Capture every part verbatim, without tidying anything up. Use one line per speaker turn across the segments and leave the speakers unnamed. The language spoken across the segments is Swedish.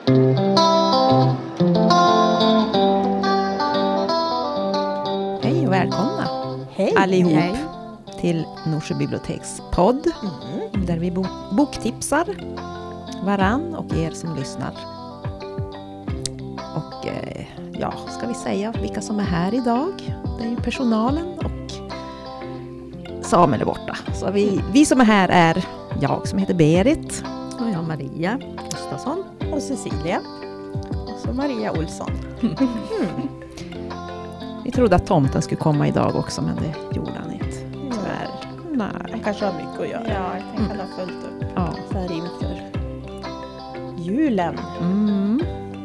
Hej och välkomna.
Hej
allihop
hej.
Till Norsjö biblioteks podd mm. där vi bo- boktipsar varann och er som lyssnar. Och eh, ja, ska vi säga vilka som är här idag? Det är ju personalen och Samuel är borta. Så vi, vi som är här är jag som heter Berit.
Och jag Maria Gustafsson.
Och Cecilia.
Och så Maria Olsson.
Mm. Vi trodde att tomten skulle komma idag också, men det gjorde han inte. Tyvärr.
Nej. Han kanske har mycket att göra.
Ja, jag tänker
Mm.
han har följt upp.
Ja.
Så här inför julen.
Mm.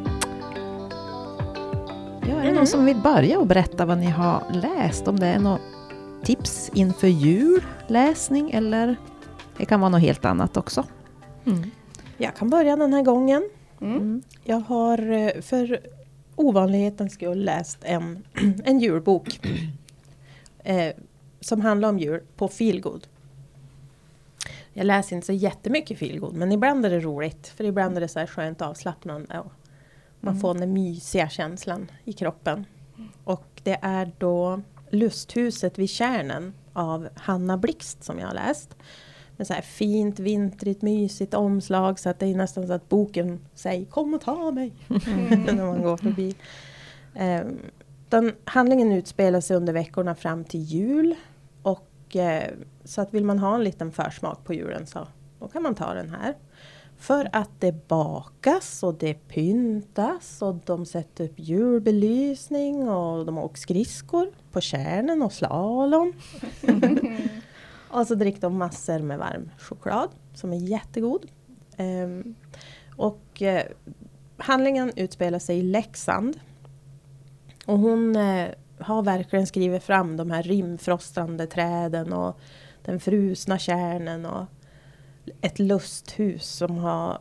Ja, är det
Mm.
någon som vill börja och berätta vad ni har läst? Om det är något tips inför julläsning eller det kan vara något helt annat också.
Mm. Jag kan börja den här gången.
Mm.
Jag har eh, för ovanlighetens skull läst en, en julbok eh, som handlar om jul på Feelgood. Jag läser inte så jättemycket Feelgood, men ibland är det roligt. För ibland är det så här skönt avslappnande. Och man
Mm.
får den mysiga känslan i kroppen. Och det är då Lusthuset vid Kärnen av Hanna Blixt som jag har läst. Med så här fint, vintrigt, mysigt omslag. Så att det är nästan så att boken säger kom och ta mig. Mm. när man går förbi. Um, den handlingen utspelar sig under veckorna fram till jul. Och uh, så att vill man ha en liten försmak på julen så då kan man ta den här. För att det bakas och det pyntas och de sätter upp julbelysning och de åker skridskor på Kärnen och slalom. Och så dricker de massor med varm choklad som är jättegod. Um, och uh, handlingen utspelar sig i Leksand. Och hon uh, har verkligen skrivit fram de här rimfrostande träden och den frusna kärnen och ett lusthus som har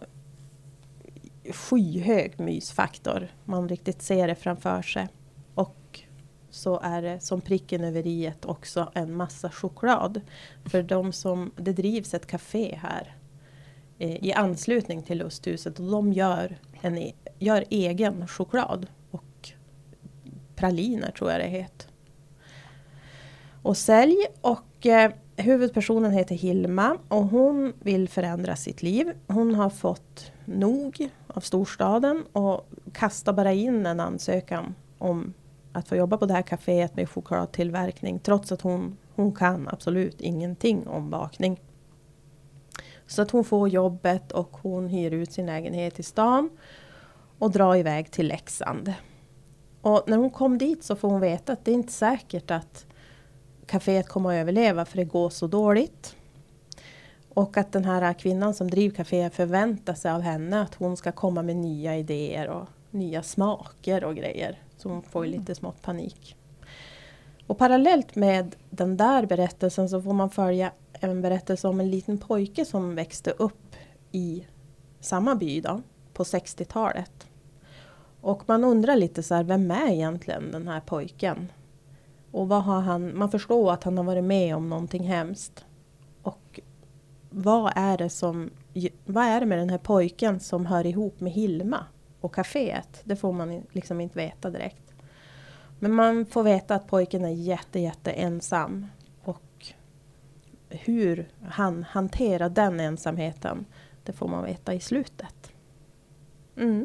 skyhög mysfaktor. Man riktigt ser det framför sig. Och så är det som pricken över iet också en massa choklad. För de som, det drivs ett café här eh, i anslutning till lusthuset. Och de gör, en, e- gör egen choklad och praliner tror jag det heter. Och sälj och eh, huvudpersonen heter Hilma och hon vill förändra sitt liv. Hon har fått nog av storstaden och kastar bara in en ansökan om att få jobba på det här kaféet med chokladtillverkning. Trots att hon, hon kan absolut ingenting om bakning. Så att hon får jobbet och hon hyr ut sin lägenhet i stan och drar iväg till Leksand. Och när hon kom dit så får hon veta att det är inte säkert att kaféet kommer att överleva för det går så dåligt. Och att den här kvinnan som driver kaféet förväntar sig av henne att hon ska komma med nya idéer och nya smaker och grejer. Så hon får ju lite smått panik. Och parallellt med den där berättelsen så får man följa en berättelse om en liten pojke som växte upp i samma by då, på sextiotalet. Och man undrar lite så här, vem är egentligen den här pojken? Och vad har han, man förstår att han har varit med om någonting hemskt. Och vad är det som, vad är det med den här pojken som hör ihop med Hilma och kaféet? Det får man liksom inte veta direkt. Men man får veta att pojken är jätte, jätte ensam. Och hur han hanterar den ensamheten, det får man veta i slutet. Mm.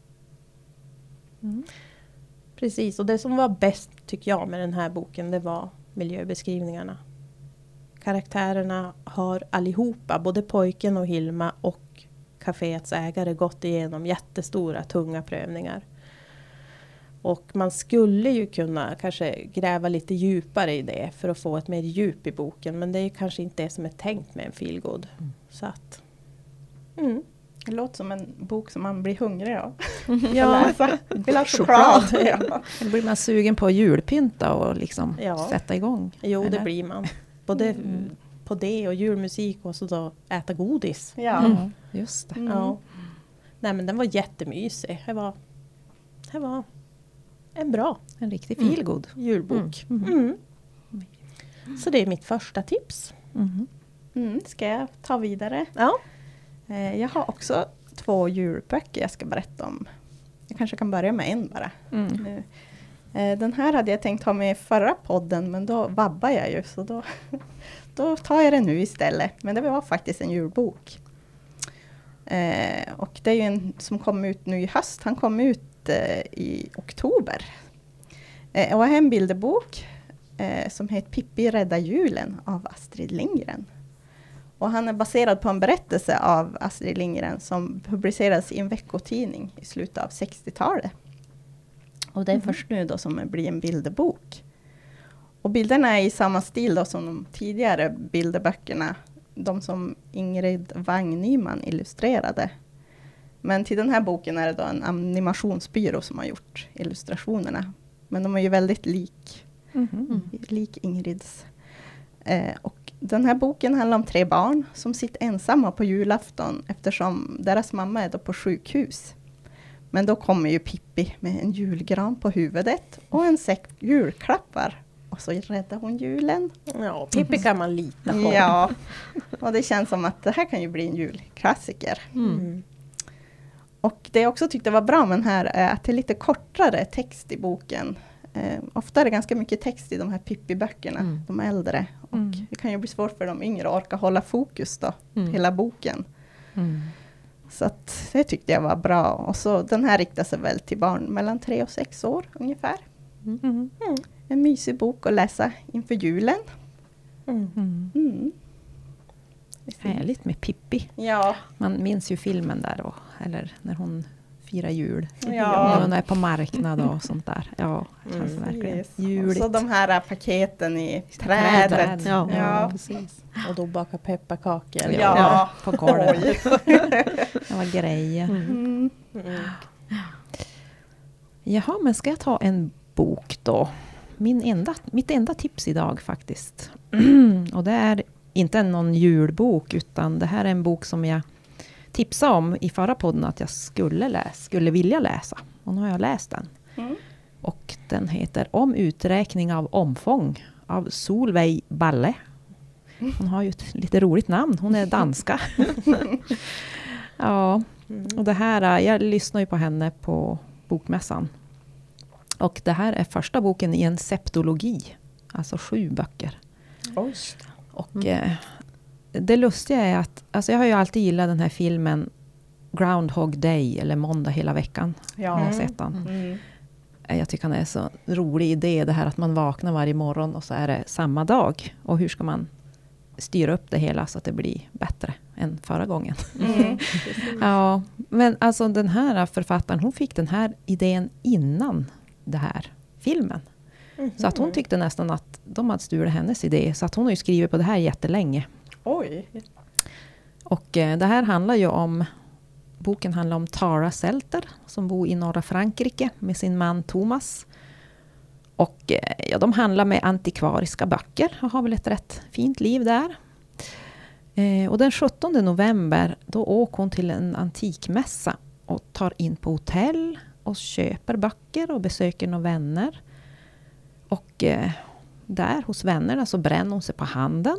Mm. Precis, och det som var bäst tycker jag med den här boken, det var miljöbeskrivningarna. Karaktärerna har allihopa, både pojken och Hilma och kaféets ägare, gått igenom jättestora, tunga prövningar. Och man skulle ju kunna kanske gräva lite djupare i det för att få ett mer djup i boken. Men det är kanske inte det som är tänkt med en feelgood. Mm. Så att... Mm.
Det låter som en bok som man blir hungrig av.
Ja,
vill ha choklad.
Ja. Då blir man sugen på julpynta och liksom
ja.
sätta igång.
Jo,
eller?
det blir man. Både mm. på det och julmusik och så då äta godis.
Ja,
mm. just det.
Mm. Ja. Nej, men den var jättemysig. Det var, det var en bra.
En riktig feelgood.
Mm. Julbok.
Mm. Mm.
Mm. Så det är mitt första tips.
Mm. Mm. Ska jag ta vidare?
Ja.
Jag har också två julböcker jag ska berätta om. Jag kanske kan börja med en bara.
Mm.
Nu. Eh, Den här hade jag tänkt ha med i förra podden, men då vabbar jag ju, så då, då tar jag den nu istället. Men det var faktiskt en julbok. Eh, och det är ju en som kom ut nu i höst. Han kom ut eh, i oktober. Eh, och en bilderbok eh, som heter Pippi rädda julen av Astrid Lindgren. Och han är baserad på en berättelse av Astrid Lindgren som publicerades i en veckotidning i slutet av sextiotalet. Och det är
Mhm.
först nu då som det blir en bilderbok. Och bilderna är i samma stil då som de tidigare bilderböckerna. De som Ingrid Wang Nyman illustrerade. Men till den här boken är det då en animationsbyrå som har gjort illustrationerna. Men de är ju väldigt lik,
Mhm.
lik Ingrids. Eh, och den här boken handlar om tre barn som sitter ensamma på julafton eftersom deras mamma är då på sjukhus. Men då kommer ju Pippi med en julgran på huvudet och en säck julklappar. Och så räddar hon julen.
Ja, Pippi kan man lita på.
Ja, och det känns som att det här kan ju bli en julklassiker.
Mm.
Och det jag också tyckte var bra med den här är att det är lite kortare text i boken. Eh, ofta är det ganska mycket text i de här Pippi-böckerna,
Mm.
de äldre. Och
Mm.
det kan ju bli svårt för de yngre att orka hålla fokus då,
Mm.
hela boken.
Mm.
Så att det tyckte jag var bra. Och så den här riktar sig väl till barn mellan tre och sex år ungefär.
Mm.
En mysig bok att läsa inför julen.
Mm.
Mm.
Mm.
Härligt med Pippi.
Ja,
Man minns ju filmen där då, eller när hon firar jul.
Ja.
När hon är på marknad och sånt där. Ja, det känns
Mm.
verkligen
precis. Och
juligt.
så de här paketen i trädet.
Trädet.
Ja.
Ja.
precis.
Och då baka pepparkakor.
Ja,
Ja.
på golvet.
Oj.
Det var grejer.
Mm.
Mm.
Jaha, men ska jag ta en bok då? Min enda, mitt enda tips idag faktiskt. Och det är inte någon julbok, utan det här är en bok som jag tipsade om i förra podden att jag skulle, läsa, skulle vilja läsa. Och nu har jag läst den.
Mm.
Och den heter Om uträkning av omfång av Solveig Balle. Hon har ju ett lite roligt namn. Hon är danska. Ja, och det här, jag lyssnar ju på henne på bokmässan. Och det här är första boken i en septologi. Alltså sju böcker.
Oj.
Och
Mm.
eh, det lustiga är att, alltså jag har ju alltid gillat den här filmen Groundhog Day, eller Måndag hela veckan.
Ja.
Har jag sett den.
Mm.
Eh, Jag tycker det är så rolig idé det här att man vaknar varje morgon och så är det samma dag. Och hur ska man styra upp det hela så att det blir bättre än förra gången.
Mm.
Ja, men alltså den här författaren, hon fick den här idén innan det här filmen. Så att hon tyckte nästan att de hade stulit hennes idé. Så att hon har ju skrivit på det här jättelänge.
Oj.
Och eh, det här handlar ju om, boken handlar om Tara Selter som bor i norra Frankrike med sin man Thomas. Och eh, ja, de handlar med antikvariska böcker och har väl ett rätt fint liv där. Eh, och den sjuttonde november då åker hon till en antikmässa och tar in på hotell och köper böcker och besöker några vänner. Och eh, där hos vännerna så bränner hon sig på handen.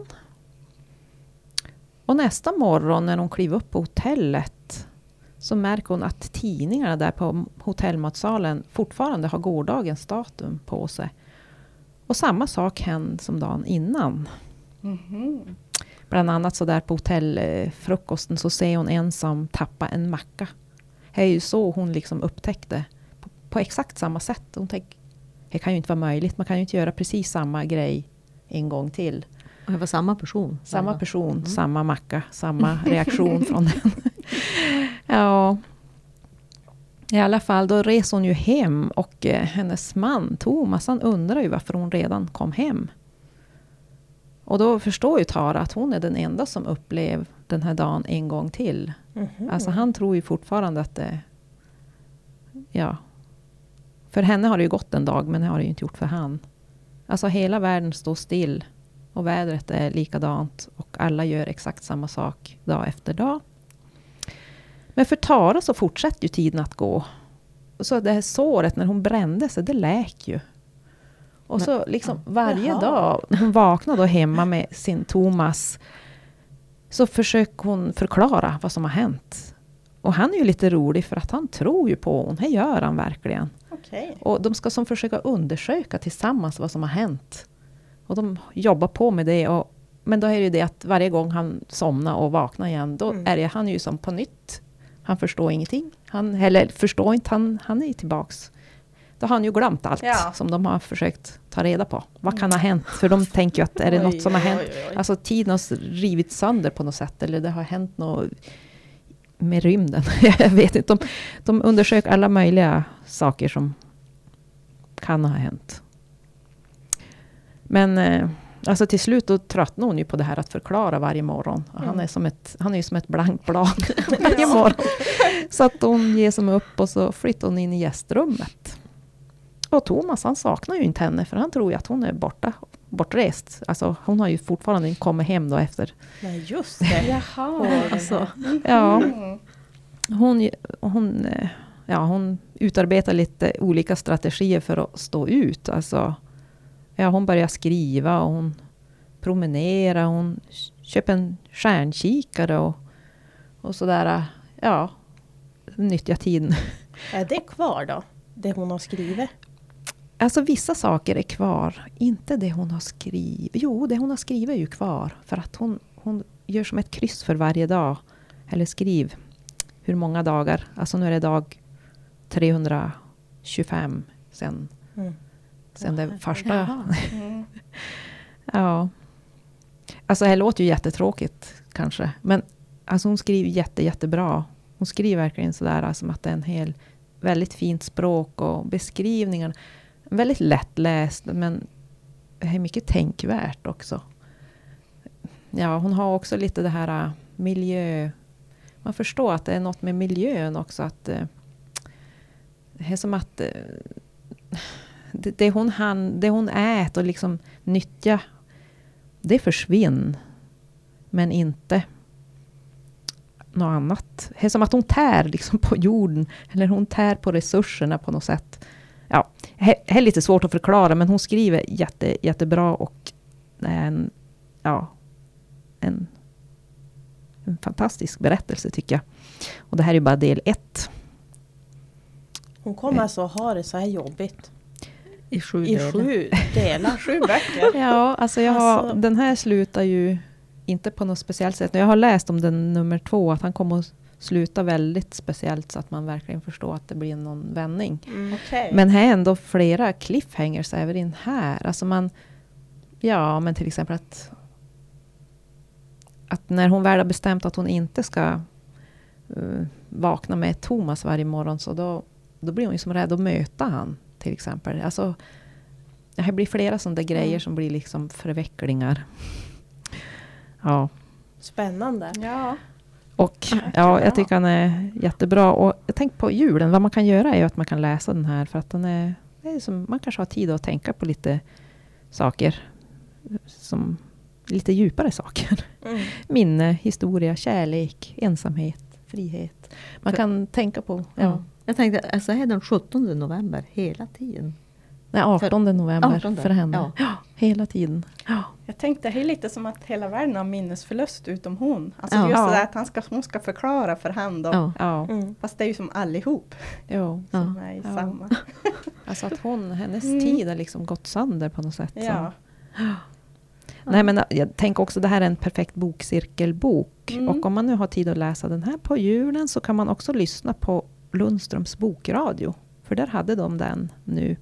Och nästa morgon när hon kliver upp på hotellet så märker hon att tidningarna där på hotellmatsalen fortfarande har gårdagens datum på sig. Och samma sak hände som dagen innan.
Mhm.
Bland annat så där på hotellfrukosten så ser hon en som tappar en macka. Det är ju så hon liksom upptäckte på, på exakt samma sätt. Hon tänkte, det kan ju inte vara möjligt. Man kan ju inte göra precis samma grej en gång till.
Och det var samma person.
Samma person,
Mm.
samma macka, samma reaktion från den. Ja. I alla fall, då reser hon ju hem och eh, hennes man Thomas, han undrar ju varför hon redan kom hem. Och då förstår ju Tara att hon är den enda som upplever den här dagen en gång till.
Mhm.
Alltså han tror ju fortfarande att det... Ja. För henne har det ju gått en dag, men det har det ju inte gjort för han. Alltså hela världen står still. Och vädret är likadant. Och alla gör exakt samma sak dag efter dag. Men för Tara så fortsätter ju tiden att gå. Så det här såret när hon brände sig, det läk ju. Och så liksom varje
Jaha.
dag när hon vaknar då hemma med sin Thomas så försöker hon förklara vad som har hänt. och han är ju lite rolig för att han tror ju på hon. Det gör han verkligen.
Okej.
Och de ska som försöka undersöka tillsammans vad som har hänt. Och de jobbar på med det. Och, men då är det ju det att varje gång han somnar och vaknar igen, då
Mm.
är det, han är ju som på nytt. Han förstår ingenting. Han, eller förstår inte, han, han är tillbaks. Då har han ju glömt allt
Ja.
som de har försökt ta reda på. Vad kan ha hänt? För de tänker ju att är det
Oj,
något som har
oj,
hänt?
oj, oj.
Alltså tiden har rivit sönder på något sätt. Eller det har hänt något med rymden. Jag vet inte. De, de undersöker alla möjliga saker som kan ha hänt. Men eh, alltså till slut då tröttnar hon ju på det här att förklara varje morgon. Och Han är som ett, han är ju som ett blankt blad varje morgon. Så att hon ger som upp och så flyttar hon in i gästrummet. Och Thomas han saknar ju inte henne för han tror ju att hon är borta, bortrest. Alltså hon har ju fortfarande inte kommit hem då efter.
Nej, just det.
Jaha.
Alltså, ja,
Mm.
hon, hon, eh, ja, hon utarbetar lite olika strategier för att stå ut. Alltså, ja, hon börjar skriva och hon promenerar. Hon köper en stjärnkikare och, och sådär. Ja, nyttjar tiden.
Är det kvar då? Det hon har skrivit?
Alltså vissa saker är kvar. Inte det hon har skrivit. Jo, det hon har skrivit är ju kvar. För att hon, hon gör som ett kryss för varje dag. Eller skriv hur många dagar. Alltså nu är det dag trehundratjugofem sen,
Mm.
sen det första.
Jaha.
Mm.
Ja. Alltså det låter ju jättetråkigt kanske. Men alltså hon skriver jätte, jättebra. Hon skriver verkligen sådär som att det är en hel väldigt fint språk och beskrivningar. Väldigt lättläst men det är mycket tänkvärt också. Ja, hon har också lite det här uh, miljö. Man förstår att det är något med miljön också. Att uh, det är som att uh, det, det, hon han, det hon äter och liksom nyttja, det försvinner. Men inte något annat. Det är som att hon tär liksom på jorden. Eller hon tär på resurserna på något sätt. Ja, det är lite svårt att förklara. Men hon skriver jätte, jättebra. Och en, ja, en, en fantastisk berättelse tycker jag. Och det här är ju bara del ett.
Hon kommer alltså ha det så här jobbigt.
I sju
I
delar.
sju delar.
Sju böcker.
Ja, alltså jag har,
Alltså-
den här slutar ju inte på något speciellt sätt. Jag har läst om den nummer två. Att han kommer att sluta väldigt speciellt. Så att man verkligen förstår att det blir någon vändning.
Mm.
Okej.
Men här är ändå flera cliffhangers även in här. Alltså man, ja men till exempel att, att när hon väl har bestämt att hon inte ska uh, vakna med Thomas varje morgon. Så då, då blir hon ju som rädd att möta han till exempel. Alltså, det blir flera sådana grejer
Mm.
som blir liksom förvecklingar. Ja.
Spännande.
Ja.
Och ja, jag tycker han är jättebra. Och jag tänkte på julen. Vad man kan göra är ju att man kan läsa den här. För att den är, det är som, man kanske har tid att tänka på lite saker. Som lite djupare saker.
Mm.
Minne, historia, kärlek, ensamhet, frihet. Man
För-
kan tänka på, ja.
Ja. Jag tänkte, alltså här är den sjuttonde november hela tiden.
Nej, artonde november
artonde,
för henne.
ja.
Ja, hela tiden. Ja.
Jag tänkte det är lite som att hela världen har minnesförlust utom hon. Alltså
Ja.
just
Ja.
det där att han ska, hon ska förklara för han då.
Ja.
Ja,
Mm.
Fast det är ju som allihop
jo.
Ja.
som är i
Ja.
samma.
Alltså att hon, hennes
Mm.
tid har liksom gått sönder på något sätt.
Ja.
Nej, men jag tänker också, det här är en perfekt bokcirkelbok.
Mm.
Och om man nu har tid att läsa den här på julen så kan man också lyssna på Lundströms bokradio. För där hade de den nu.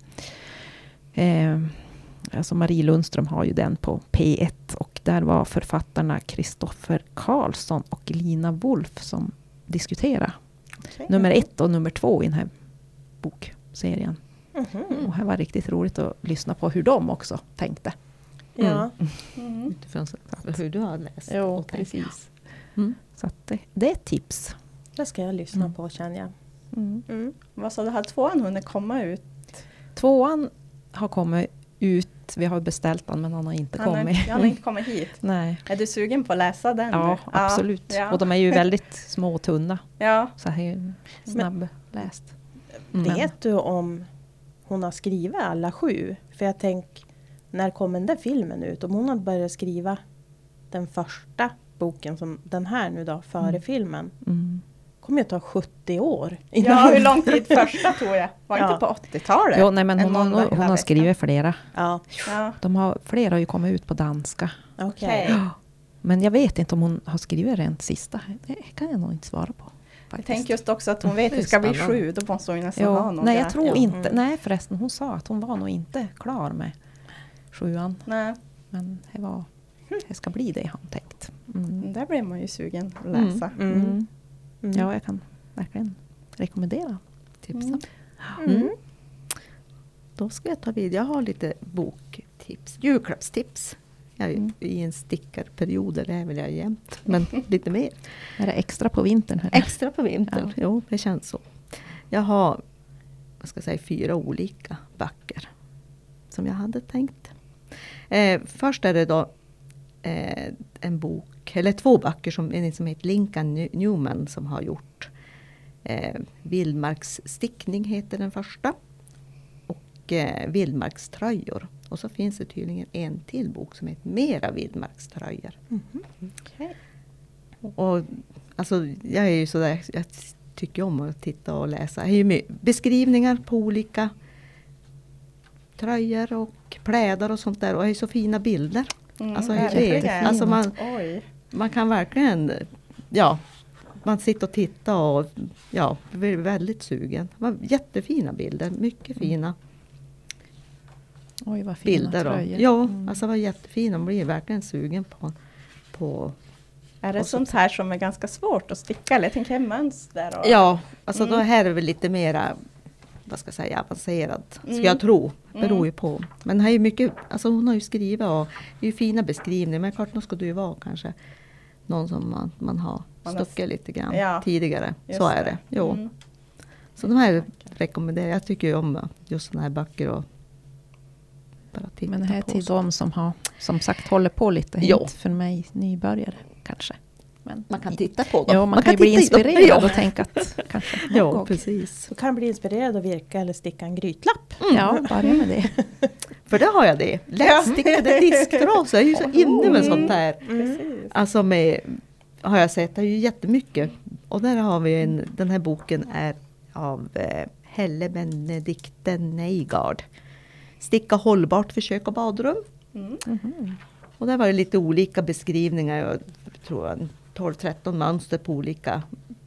Eh, alltså Marie Lundström har ju den på P ett. Och där var författarna Kristoffer Karlsson och Lina Wolf som diskuterade.
Okej.
Nummer ett och nummer två i den här bokserien.
Mhm.
Och det var riktigt roligt att lyssna på hur de också tänkte.
Ja.
Mm.
Utifrån så- hur du har läst.
Jo,
och tänkt.
precis.
Mm.
Så att det, det är ett tips.
Det ska jag lyssna
Mm.
på känner jag.
Mm.
Mm.
Vad sa du, har tvåan hunnit komma ut?
Tvåan har kommit ut. Vi har beställt den men han har inte
Han har,
kommit.
han har inte kommit hit.
Nej.
Är du sugen på att läsa den?
Ja,
nu?
absolut.
Ja.
Och de är ju väldigt små och tunna.
Ja.
Så här snabbläst.
Vet du om hon har skrivit alla sju? För jag tänker, när kom den där filmen ut? Om hon hade börjat skriva den första boken som den här nu då, före
Mm.
filmen.
Mm.
kommer ju ta sjuttio år.
Ja, hur lång tid första tror jag? Var
Ja.
inte på åttiotalet?
Jo, nej, men
En
hon, hon,
måndag
hon,
hela
har
veckan.
skrivit flera.
Ja,
Ja,
De har, flera har ju kommit ut på danska.
okej.
okej.
Men jag vet inte om hon har skrivit rent sista. Det kan jag nog inte svara på.
Jag
Faktiskt.
tänker just också att hon vet
Det
att
är
det ska bli
spännande.
sju. Då måste hon ju nästan
Jo,
ha några.
nej, jag tror
Ja.
inte.
Mm.
Nej, förresten. Hon sa att hon var nog inte klar med sjuan.
Nej,
Men det, var, det ska bli det, har hon tänkt. Mm.
där blir man ju sugen att läsa.
Mm.
Mm.
Mm.
Ja, jag kan verkligen rekommendera.
Tipsa.
Mm.
Mm. Då ska jag ta vid. Jag har lite boktips. Julklappstips. Jag är
Mm.
i en stickarperiod, det är väl jag jämt. Men lite mer.
Är det extra på vintern? Här?
Extra på vintern.
Ja.
Jo, det känns så. Jag har, vad ska jag säga, fyra olika böcker. Som jag hade tänkt. Eh, först är det då eh, en bok, eller två böcker som en som heter Lincoln Newman som har gjort. Eh, Vildmarksstickning heter den första. Och eh, Vildmarkströjor. Och så finns det tydligen en till bok som heter Mera Vildmarkströjor.
Okej.
Och alltså jag är ju sådär, jag tycker om att titta och läsa. Det är ju my- beskrivningar på olika tröjor och plädar och sånt där. Och det är så fina bilder.
Mm,
Alltså, det-
verkligen.
alltså man-
Oj.
Man kan verkligen, ja, man sitter och tittar och ja, blir väldigt sugen. Det var jättefina bilder, mycket fina
Oj, vad fina
bilder. Och,
tröjor.
ja,
Mm.
alltså det var jättefina. Man blir verkligen sugen på, på
Är det
Och så-
sånt här som är ganska svårt att sticka? Eller jag tänker mönster? Och...
ja, alltså
Mm.
då här är väl lite mera, vad ska jag säga, avancerad. Ska
Mm.
jag tro. Beror
Mm.
ju på. Men här är ju mycket, alltså hon har ju skrivit och det är ju fina beskrivningar. Men klart, nu ska det ju vara kanske någon som man, man har
Man har-
stuckit lite grann
Ja,
tidigare.
just
Så är det. Jo.
Mm.
Så de här rekommenderar jag. Jag tycker ju om just sådana här böcker och bara titta
Men det här är
på.
till de som har, som sagt, håller på lite.
Ja.
Inte för mig nybörjare kanske. Men
Man kan titta på dem.
Ja, man, kan ju bli
titta i dem.
inspirerad
Ja.
och tänka att kanske någon
Ja,
gång.
precis.
Du kan bli inspirerad att virka eller sticka en grytlapp.
Ja, börja med det.
För det har jag det. Lättstickade disktrasor. Jag är ju så inne med sånt här.
Precis.
Alltså med, har jag sett, det är ju jättemycket. Och där har vi en, den här boken är av eh, Helle Benedikte Neigard. Sticka hållbart för kök och badrum.
Mm.
Mhm.
Och där var det lite olika beskrivningar. Jag tror jag tolv tretton mönster på olika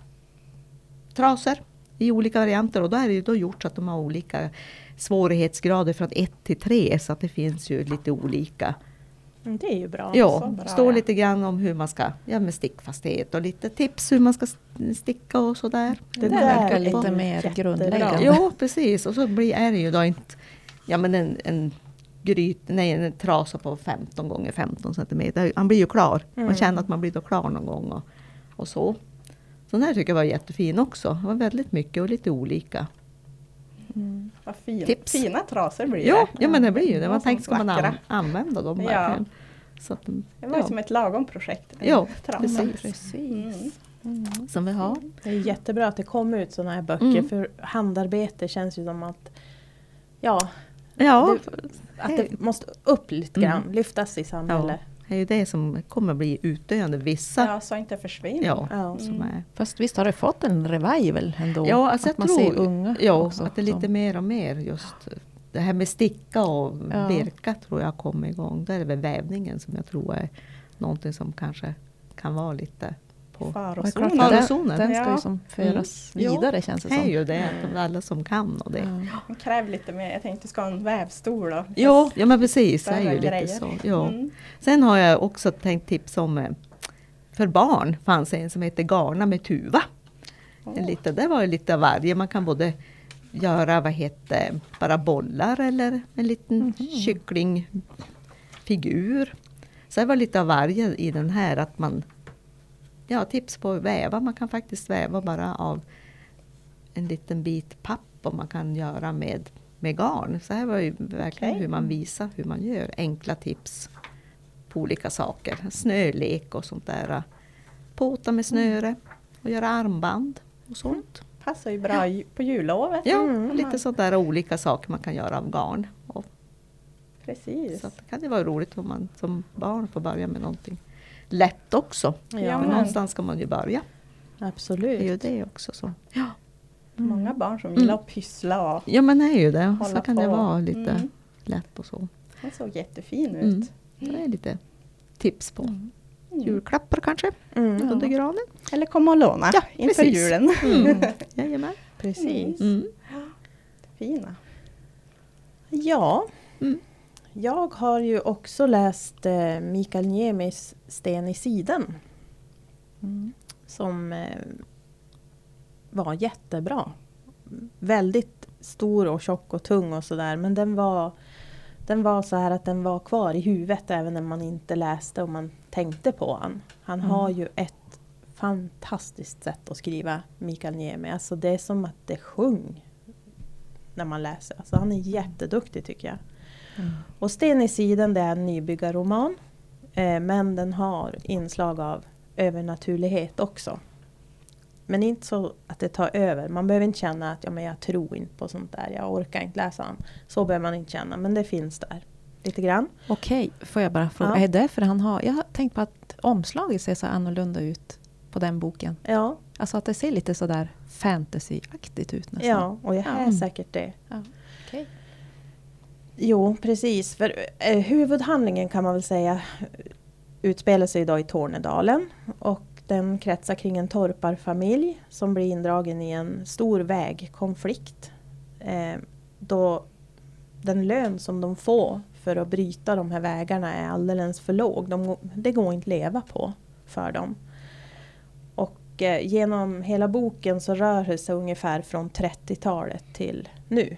trasor. I olika varianter. Och då är det ju då gjort så att de har olika svårighetsgrader från ett till tre. Så att det finns ju lite olika.
Mm, det är ju bra.
så
Ja,
bra,
står
ja.
lite grann om hur man ska, ja med stickfasthet och lite tips hur man ska sticka och sådär.
Det
Det
där
där
verkar
är
lite
jättebra.
mer grundläggande.
Ja, precis. Och så blir, är det ju då inte, ja men en, en gryt, nej en trasa på femton gånger femton centimeter. Man blir ju klar. Man
Mm.
känner att man blir då klar någon gång och, och så. Så den här tycker jag var jättefin också. Det var väldigt mycket och lite olika.
Mm.
Vad fin,
Tips.
fina trasor blir
Ja,
det.
ja men det blir ju det.
Ja,
Man
som
tänker ska man
vackra.
an, använda dem
Ja.
verkligen. Så att de,
Det var ju
ja,
som ett lagom projekt. en
Ja,
trasa.
precis.
Precis.
Mm.
Mm.
som vi har.
Det är jättebra att det kommer ut sådana här böcker.
Mm.
För handarbete känns ju som att ja,
Ja,
det, att det måste upp lite grann.
Mm.
Lyftas i samhället.
det är ju det som kommer bli utdöende. Vissa,
Ja, så inte försvinner.
ja,
Ja.
som
Mm.
är.
Fast visst har det fått en revival ändå?
Ja, alltså
att
jag
man
tror,
ser unga
ja,
också.
att det är lite
som-
mer och mer just det här med sticka och
Ja.
virka tror jag kommer igång. Där är väl vävningen som jag tror är någonting som kanske kan vara lite på
Och det är
Farozonen.
klart, den,
Farozonen.
den ska ju
Ja.
som föras
Mm.
vidare känns det
det är
som.
ju det, att de alla som kan och det.
Ja.
Den kräver lite mer. Jag tänkte du ska ha en vävstol. Och
Jo, ja men precis, det är
större
ju lite
grejer.
så. Ja.
Mm.
Sen har jag också tänkt tips om, eh, för barn fanns en som heter Garna med tuva. En
Åh.
lite, det var ju lite av varje. Man kan både göra vad heter, bara bollar eller en liten
Mhm.
kycklingfigur. Så det var lite av varje i den här. Att man, ja, tips på att väva. Man kan faktiskt väva bara av en liten bit papp. Och man kan göra med, med garn. Så här var ju verkligen
Okej.
hur man visar hur man gör. Enkla tips på olika saker. Snölek och sånt där. Påta med snöre. Och göra armband och sånt.
Passar ju bra ju- på jullovet.
Ja,
Mm.
lite sådär olika saker man kan göra av garn. Och,
Precis.
så att det kan ju vara roligt om man som barn får börja med någonting lätt också.
Ja,
Ja,
För
men-
någonstans ska man ju börja.
absolut.
Det är ju det också. Så. Ja. Mm.
Många barn som gillar att pyssla och
Ja, men det är ju det.
hålla
Så kan
på.
det vara lite
Mm.
lätt och så.
Den såg jättefin ut.
Mm. Det är lite tips på
Mm.
julklappar kanske.
Mm.
Under granen.
Eller komma och låna
Ja,
inför
precis.
julen.
Mm. Jajamän.
Precis.
Mm.
Fina.
Ja,
Mm.
jag har ju också läst eh, Mikael Niemis Sten i siden.
Mm.
Som eh, var jättebra. Väldigt stor och tjock och tung och sådär. Men den var, den var så här att den var kvar i huvudet även när man inte läste och man tänkte på han. Han
Mm.
har ju ett fantastiskt sätt att skriva, Mikael Niemi. Alltså det är som att det sjung när man läser. Alltså han är jätteduktig tycker jag.
Mm.
Och Sten i siden, det är en nybyggarroman. Eh, men den har inslag av övernaturlighet också. Men inte så att det tar över. Man behöver inte känna att ja, men jag tror inte på sånt där. Jag orkar inte läsa den. Så behöver man inte känna. Men det finns där. Lite grann.
Okej, får jag bara fråga.
Ja.
Är det därför han har... Jag har tänkt på att omslaget ser så annorlunda ut på den boken.
Ja,
Alltså att det ser lite sådär fantasyaktigt ut nästan.
ja och jag är
Ja.
säkert det.
Ja. Okej.
Jo, precis. För eh, huvudhandlingen kan man väl säga utspelar sig idag i Tornedalen. Och den kretsar kring en torparfamilj som blir indragen i en stor vägkonflikt. Eh, då den lön som de får för att bryta de här vägarna är alldeles för låg. De, det går inte att leva på för dem. Och eh, genom hela boken så rör det sig ungefär från trettiotalet till nu.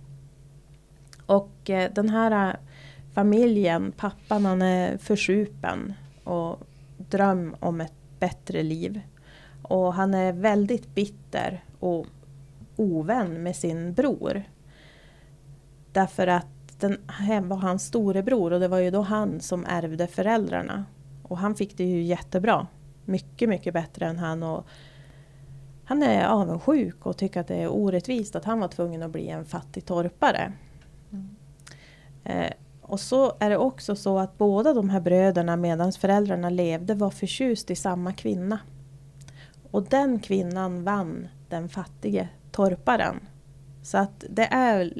Och eh, den här eh, familjen, pappan han är försupen och dröm om ett bättre liv. Och han är väldigt bitter och ovän med sin bror. Därför att den här var hans storebror och det var ju då han som ärvde föräldrarna. Och han fick det ju jättebra. Mycket, mycket bättre än han. Och han är avundsjuk och tycker att det är orättvist att han var tvungen att bli en fattig torpare.
Mm.
Eh, och så är det också så att båda de här bröderna medan föräldrarna levde var förtjust i samma kvinna. Och den kvinnan vann den fattige torparen. Så att det är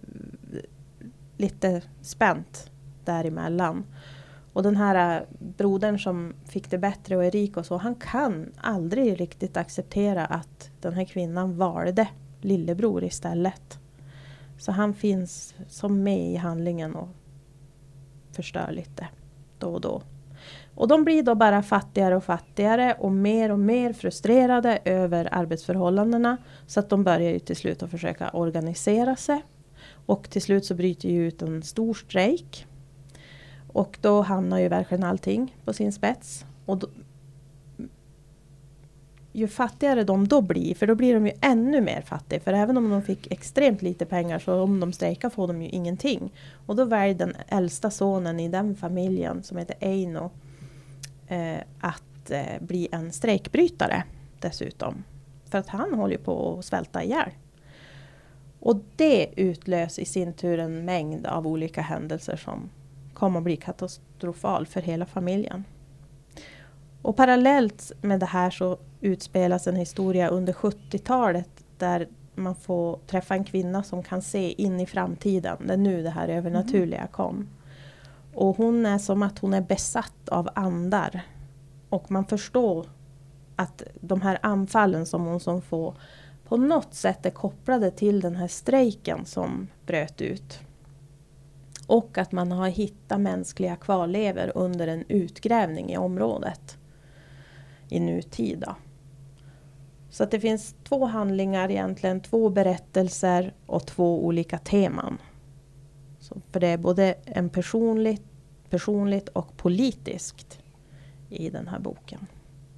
lite spänt däremellan. Och den här brodern som fick det bättre och är rik och så, han kan aldrig riktigt acceptera att den här kvinnan valde lillebror istället. Så han finns som med i handlingen och förstör lite då och då. Och de blir då bara fattigare och fattigare och mer och mer frustrerade över arbetsförhållandena. Så att de börjar ju till slut att försöka organisera sig. Och till slut så bryter ju ut en stor strejk. Och då hamnar ju verkligen allting på sin spets. Och då, ju fattigare de då blir, för då blir de ju ännu mer fattiga. För även om de fick extremt lite pengar så om de strejkar får de ju ingenting. Och då väljer den äldsta sonen i den familjen som heter Eino eh, att eh, bli en strejkbrytare dessutom. För att han håller på att svälta ihjäl. Och det utlöser i sin tur en mängd av olika händelser som kommer att bli katastrofal för hela familjen. Och parallellt med det här så utspelas en historia under sjuttiotalet där man får träffa en kvinna som kan se in i framtiden. Det är nu det här övernaturliga kom. Och hon är som att hon är besatt av andar. Och man förstår att de här anfallen som hon som får på något sätt är kopplade till den här strejken som bröt ut. Och att man har hittat mänskliga kvarlevor under en utgrävning i området. I nutid då. Så att det finns två handlingar egentligen, två berättelser och två olika teman. Så för det är både en personligt, personligt och politiskt i den här boken.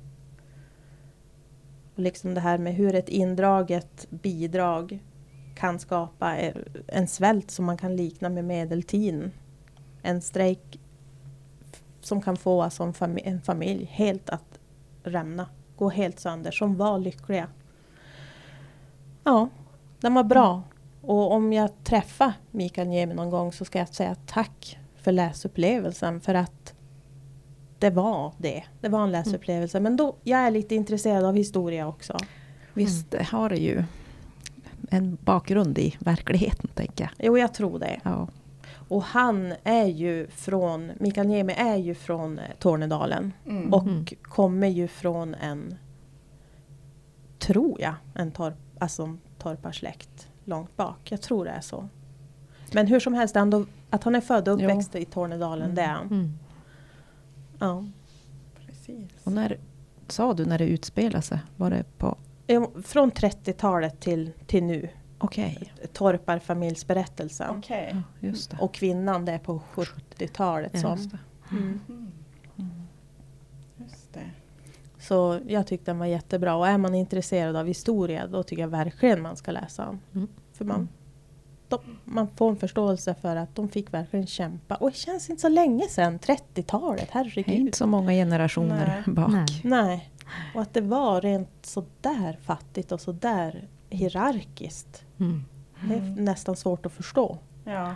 Och liksom det här med hur ett indraget bidrag kan skapa en svält som man kan likna med medeltiden. En strejk som kan få alltså en, familj, en familj helt att rämna. Gå helt sönder. Som var lyckliga. Ja, den var bra. Och om jag träffar Mikael Niemi någon gång så ska jag säga tack för läsupplevelsen. För att det var det. Det var en läsupplevelse. Men då, jag är lite intresserad av historia också.
Visst har det ju en bakgrund i verkligheten, tänker jag.
Jo, jag tror det.
Ja.
Och han är ju från, Mikael Niemi är ju från Tornedalen.
Mm.
Och
Mm.
kommer ju från en, tror jag, en torp, alltså torparsläkt långt bak. Jag tror det är så. Men hur som helst, ändå, att han är född och uppväxt i Tornedalen,
Mm.
det är han.
Mm.
Ja.
Precis.
Och när sa du när det utspelade sig? Var det på...
Jo, från trettiotalet till, till nu.
Okej.
Torparfamiljsberättelsen.
Okej.
Ja, just det.
Och kvinnan det är på sjuttiotalet.
Ja,
som.
Just det.
Mm.
Mm. Just det.
Så jag tyckte den var jättebra. Och är man intresserad av historia, då tycker jag verkligen man ska läsa den.
Mm.
För man, de, man får en förståelse för att de fick verkligen kämpa. Och det känns inte så länge sedan, trettiotalet,
Det är
herregud.
inte så många generationer
Nej.
bak.
Nej.
Nej. Och att det var rent så där fattigt och så där hierarkiskt.
Mm.
Det är
Mm.
nästan svårt att förstå.
Ja.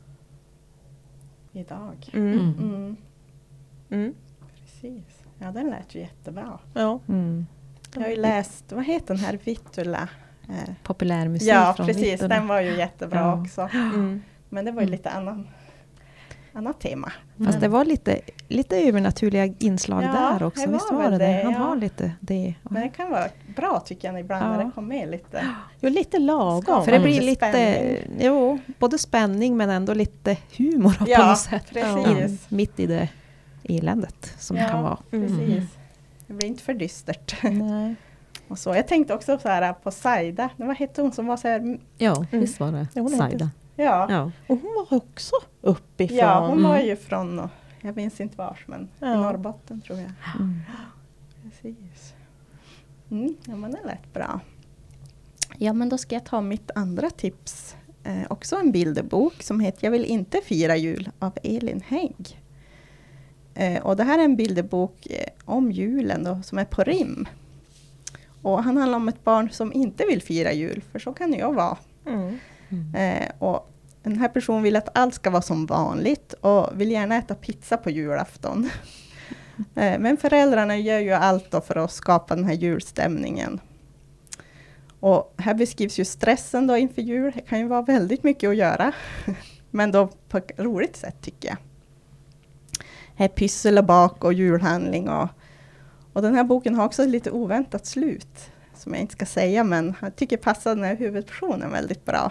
Idag.
Mm.
Mm.
Mm.
Mm.
Precis. Ja, den lät ju jättebra.
Ja.
Mm.
Jag har ju läst, vad heter den här, Vittula? Eh,
Populärmusik
ja,
från
precis.
Vittula.
Den var ju jättebra
Ja.
också.
Mm.
Men det var ju
Mm.
lite annan, annat tema.
Fast det var lite, lite övernaturliga inslag
Ja,
där också.
det
Visst
var
var det
väl
det?
det,
Han
ja.
har lite det.
Men det kan vara bra tycker jag ibland när
Ja.
det kommer med lite.
Jo, lite lagom.
För det
Ja,
blir
lite
lite,
spänning.
jo, både spänning men ändå lite humor på
Ja,
något sätt.
precis.
Ja, mitt i det eländet som
Ja.
kan vara.
Precis.
Mm.
Det blir inte för dystert.
Nej.
Och så. Jag tänkte också så här på Saida. Vad hette hon som var så här?
Ja,
Mm.
visst var det.
Ja, hon
Saida.
Ja,
Ja.
Och hon var också uppifrån.
ja hon var
Mm.
ju från, jag minns inte vars, men
Ja.
i Norrbotten tror jag.
Mm.
Precis. Mm, ja, men det lät bra. Ja, men då ska jag ta mitt andra tips. Eh, också en bilderbok som heter Jag vill inte fira jul av Elin Hägg. Eh, och det här är en bilderbok eh, om julen då, som är på rim. Och han handlar om ett barn som inte vill fira jul, för så kan jag vara.
Mm.
Mm.
Eh, och den här personen vill att allt ska vara som vanligt och vill gärna äta pizza på julafton. eh, men föräldrarna gör ju allt då för att skapa den här julstämningen. Och här beskrivs ju stressen då inför jul. Det kan ju vara väldigt mycket att göra. Men då på ett roligt sätt tycker jag. Här är pyssel och bak och julhandling. Och, och den här boken har också ett lite oväntat slut. Som jag inte ska säga, men jag tycker passar den här huvudpersonen väldigt bra.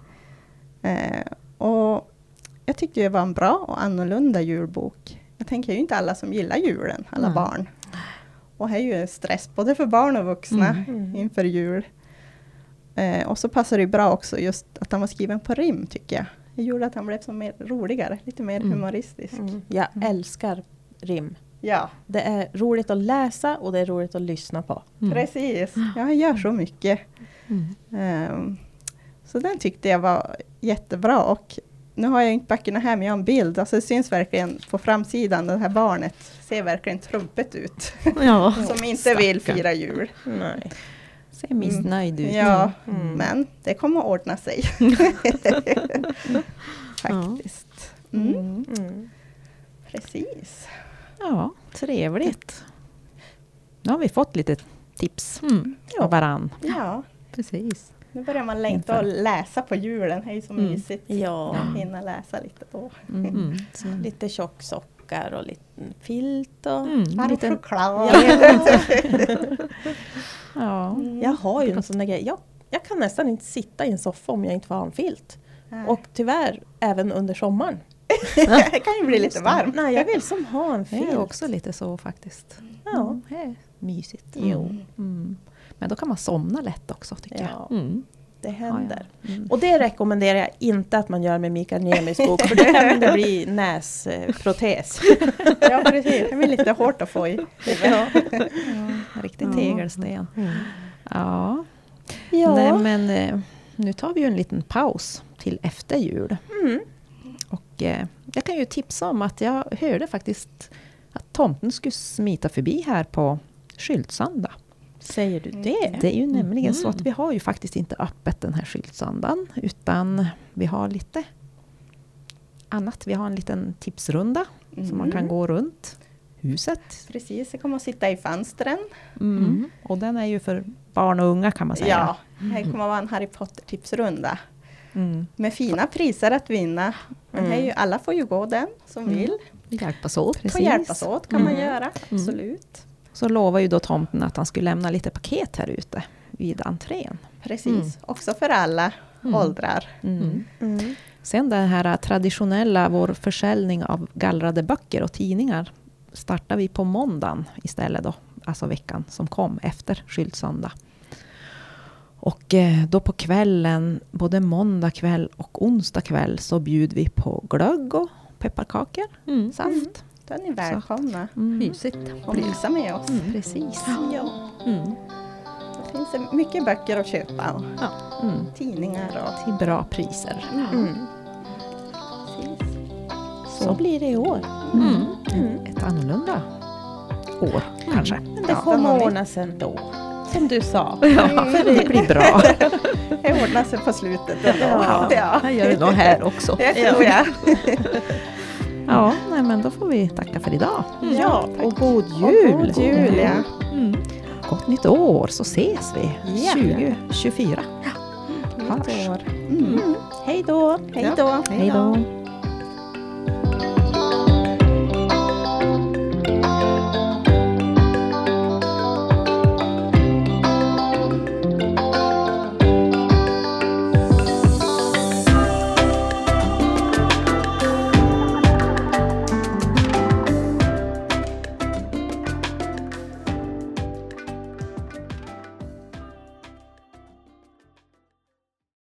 Eh, och jag tyckte det var en bra och annorlunda julbok. Jag tänker ju inte alla som gillar julen, alla
Nej.
barn. Och här är ju stress både för barn och vuxna
Mm.
Mm.
inför jul. Eh, och så passar det bra också just att han var skriven på rim tycker jag. Det gjorde att han blev så mer roligare, lite mer
Mm.
humoristisk.
Mm. Jag älskar rim.
Ja,
Det är roligt att läsa och det är roligt att lyssna på.
Mm.
precis. Ja, han gör så mycket.
Mm.
Um, så den tyckte jag var jättebra. Och nu har jag inte böckerna här, men jag har en bild. Alltså det syns verkligen på framsidan, det här barnet ser verkligen trumpet ut.
Ja.
Som inte vill
Stackarn.
fira jul.
Nej.
Ser missnöjd ut.
Ja,
Mm.
men det kommer att ordna sig. Faktiskt. Mm.
Mm.
Mm.
Precis.
Ja, trevligt. Nu har vi fått lite tips
Mm.
av varann.
Ja,
Precis.
nu börjar man längta att läsa på julen. Det är ju så
Mm.
mysigt.
Ja.
Att hinna läsa lite då.
Mm.
Mm.
Så,
Lite tjocksockar och liten filt. Och...
Mm.
Varm
liten-
choklad.
ja.
Mm.
Jag har ju en sån där grej. Jag, jag kan nästan inte sitta i en soffa om jag inte får ha en filt.
Nej.
Och tyvärr även under sommaren.
det kan ju bli lite varmt.
Nej, jag vill som ha en
Det
filt.
är också lite så faktiskt.
Ja.
Mm, det är mysigt.
Jo.
Mm. Men då kan man somna lätt också tycker jag.
Ja,
Mm.
det händer.
Mm.
Och det rekommenderar jag inte att man gör med Mikael Niemis bok. För det kan det bli näsprotes.
Ja, precis. Det blir lite hårt att få i.
Ja.
Ja, riktig
Ja.
tegelsten.
Mm.
Ja.
Ja.
Nej, men eh, nu tar vi ju en liten paus till efter jul.
Mm.
Och eh, jag kan ju tipsa om att jag hörde faktiskt att tomten skulle smita förbi här på skyltsöndag.
Säger du det?
Det är ju nämligen så
Mm.
att vi har ju faktiskt inte öppet den här skyltsöndagen, utan vi har lite annat. Vi har en liten tipsrunda som man kan gå runt huset.
Precis, det kommer att sitta i fönstren.
Mm.
Mm.
Och den är ju för barn och unga kan man säga.
Ja, det kommer att vara en Harry Potter-tipsrunda.
Mm.
Med fina priser att vinna. Men
Mm.
det är ju, alla får ju gå den som
Mm.
vill.
Vi hjälpas åt.
Precis.
Får hjälpas åt kan man
Mm.
göra, absolut.
Så lovar ju då tomten att han skulle lämna lite paket här ute vid entrén.
Precis,
Mm.
också för alla
Mm.
åldrar.
Mm.
Mm.
Sen den här traditionella, vår försäljning av gallrade böcker och tidningar startar vi på måndagen istället då. Alltså veckan som kom efter skyltsöndag. Och eh, då på kvällen, både måndag kväll och onsdag kväll så bjuder vi på glögg och pepparkakor,
Mm.
saft.
Då är ni välkomna
Mm.
Mysigt.
och mysa med oss.
Mm.
Precis.
Ja,
Mm.
det finns det mycket böcker att köpa och
Mm.
tidningar. Och,
Till bra priser.
Mm.
precis.
Så blir det i år.
Mm.
Mm.
Ett annorlunda år kanske.
Men det
Ja,
kommer
de har ni-
ordna sig ändå. Som du sa.
Ja, det blir bra.
Det ordnar sig på slutet ändå.
Ja.
Ja.
Jag gör det nog här också.
Det tror jag.
Ja, nej, men då får vi tacka för idag.
Ja,
tack.
och god
Och
jul.
god jul, ja.
Mm.
Gott nytt år så ses vi
Ja.
tjugo tjugofyra.
Nytt år.
Mm. Hej då.
Hej då.
Hej då.